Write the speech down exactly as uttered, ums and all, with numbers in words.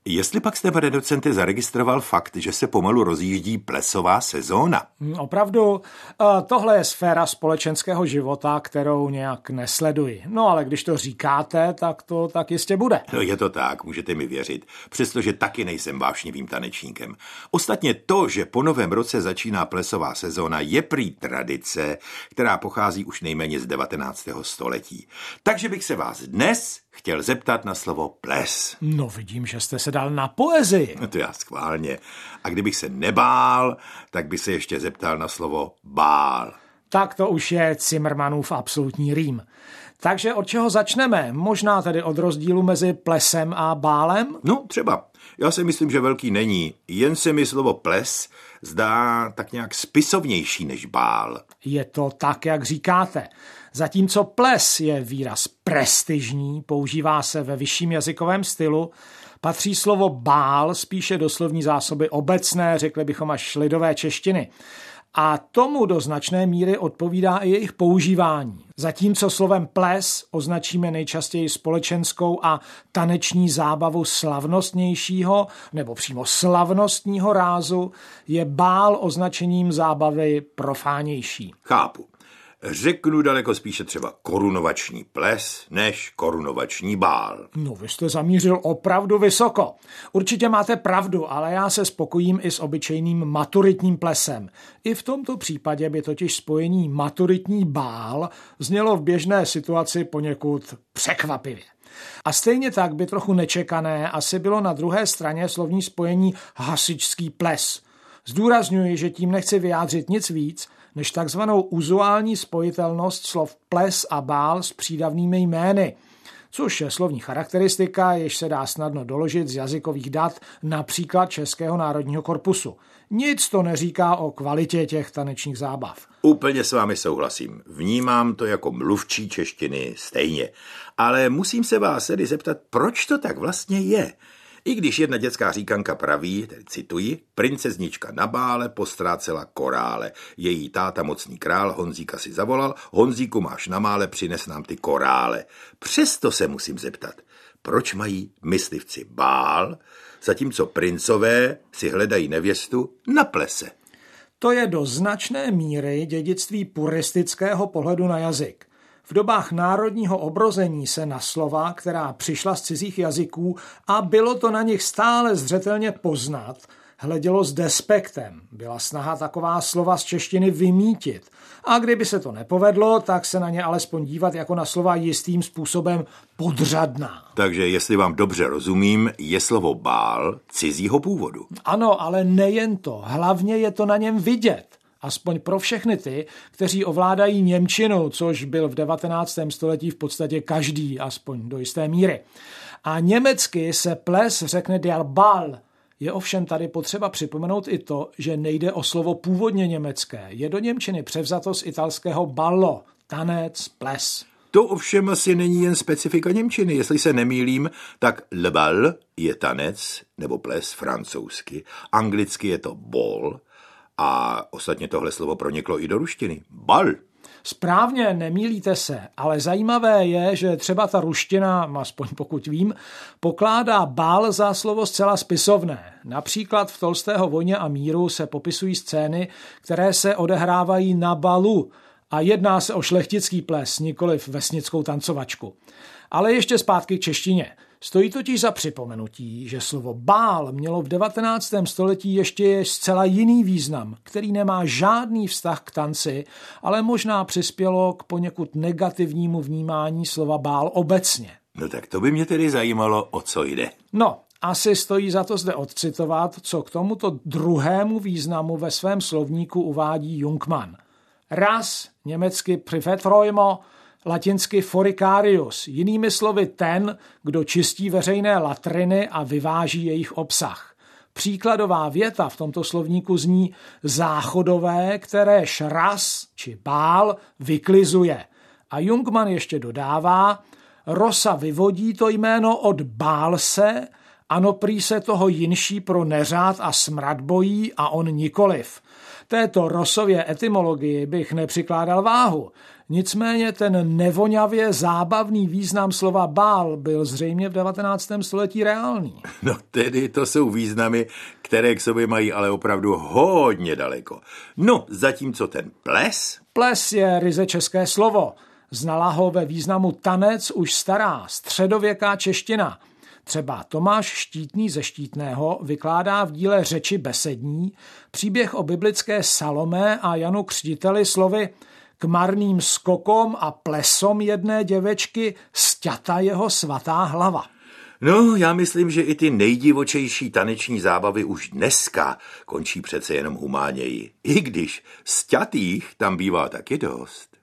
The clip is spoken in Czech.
Jestli pak jste, pane docente, zaregistroval fakt, že se pomalu rozjíždí plesová sezóna? Opravdu, tohle je sféra společenského života, kterou nějak nesleduji. No ale když to říkáte, tak to tak jistě bude. No je to tak, můžete mi věřit, přestože taky nejsem vášnivým tanečníkem. Ostatně to, že po novém roce začíná plesová sezóna, je prý tradice, která pochází už nejméně z devatenáctého století. Takže bych se vás dnes chtěl zeptat na slovo ples. No vidím, že jste se dal na poezii. No to já schválně. A kdybych se nebál, tak bych se ještě zeptal na slovo bál. Tak to už je Cimrmanův absolutní rým. Takže od čeho začneme? Možná tedy od rozdílu mezi plesem a bálem? No třeba. Já si myslím, že velký není. Jen se mi slovo ples zdá tak nějak spisovnější než bál. Je to tak, jak říkáte. Zatímco ples je výraz prestižní, používá se ve vyšším jazykovém stylu, patří slovo bál spíše do slovní zásoby obecné, řekli bychom až lidové češtiny. A tomu do značné míry odpovídá i jejich používání. Zatímco slovem ples označíme nejčastěji společenskou a taneční zábavu slavnostnějšího nebo přímo slavnostního rázu, je bál označením zábavy profánější. Chápu. Řeknu daleko spíše třeba korunovační ples než korunovační bál. No, vy jste zamířil opravdu vysoko. Určitě máte pravdu, ale já se spokojím i s obyčejným maturitním plesem. I v tomto případě by totiž spojení maturitní bál znělo v běžné situaci poněkud překvapivě. A stejně tak by trochu nečekané asi bylo na druhé straně slovní spojení hasičský ples. Zdůrazňuji, že tím nechci vyjádřit nic víc, než takzvanou uzuální spojitelnost slov ples a bál s přídavnými jmény, což je slovní charakteristika, jež se dá snadno doložit z jazykových dat, například Českého národního korpusu. Nic to neříká o kvalitě těch tanečních zábav. Úplně s vámi souhlasím. Vnímám to jako mluvčí češtiny stejně. Ale musím se vás tedy zeptat, proč to tak vlastně je? I když jedna dětská říkanka praví, tedy cituji, princeznička na bále postrácela korále. Její táta mocný král Honzíka si zavolal, Honzíku, máš na mále, přines nám ty korále. Přesto se musím zeptat, proč mají myslivci bál, zatímco princové si hledají nevěstu na plese? To je do značné míry dědictví puristického pohledu na jazyk. V dobách národního obrození se na slova, která přišla z cizích jazyků a bylo to na nich stále zřetelně poznat, hledělo s despektem. Byla snaha taková slova z češtiny vymítit. A kdyby se to nepovedlo, tak se na ně alespoň dívat jako na slova jistým způsobem podřadná. Takže jestli vám dobře rozumím, je slovo bál cizího původu. Ano, ale nejen to. Hlavně je to na něm vidět. Aspoň pro všechny ty, kteří ovládají němčinu, což byl v devatenáctém století v podstatě každý, aspoň do jisté míry. A německy se ples řekne der Ball. Je ovšem tady potřeba připomenout i to, že nejde o slovo původně německé. Je do němčiny převzato z italského ballo, tanec, ples. To ovšem asi není jen specifika němčiny. Jestli se nemýlím, tak le bal je tanec nebo ples francouzsky, anglicky je to ball, a ostatně tohle slovo proniklo i do ruštiny. Bal. Správně, nemýlíte se, ale zajímavé je, že třeba ta ruština, aspoň pokud vím, pokládá bál za slovo zcela spisovné. Například v Tolstého Vojně a míru se popisují scény, které se odehrávají na balu a jedná se o šlechtický ples, nikoliv vesnickou tancovačku. Ale ještě zpátky k češtině. Stojí totiž za připomenutí, že slovo bál mělo v devatenáctém století ještě zcela jiný význam, který nemá žádný vztah k tanci, ale možná přispělo k poněkud negativnímu vnímání slova bál obecně. No tak to by mě tedy zajímalo, o co jde. No, asi stojí za to zde odcitovat, co k tomuto druhému významu ve svém slovníku uvádí Jungmann. Ras, německy privaträumer, latinsky foricarius, jinými slovy ten, kdo čistí veřejné latriny a vyváží jejich obsah. Příkladová věta v tomto slovníku zní záchodové, které šras či bál vyklizuje. A Jungmann ještě dodává, Rosa vyvodí to jméno od bálse Ano, prý se toho jinší pro neřád a smrad bojí a on nikoliv. Této Rossově etymologii bych nepřikládal váhu. Nicméně ten nevoňavě zábavný význam slova bál byl zřejmě v devatenáctém století reálný. No tedy to jsou významy, které k sobě mají ale opravdu hodně daleko. No, zatímco ten ples... Ples je ryze české slovo. Znala ho ve významu tanec už stará středověká čeština. Třeba Tomáš Štítný ze Štítného vykládá v díle Řeči besední příběh o biblické Salomé a Janu Křtiteli slovy k marným skokom a plesom jedné děvečky sťata jeho svatá hlava. No, já myslím, že i ty nejdivočejší taneční zábavy už dneska končí přece jenom humánněji. I když sťatých tam bývá taky dost.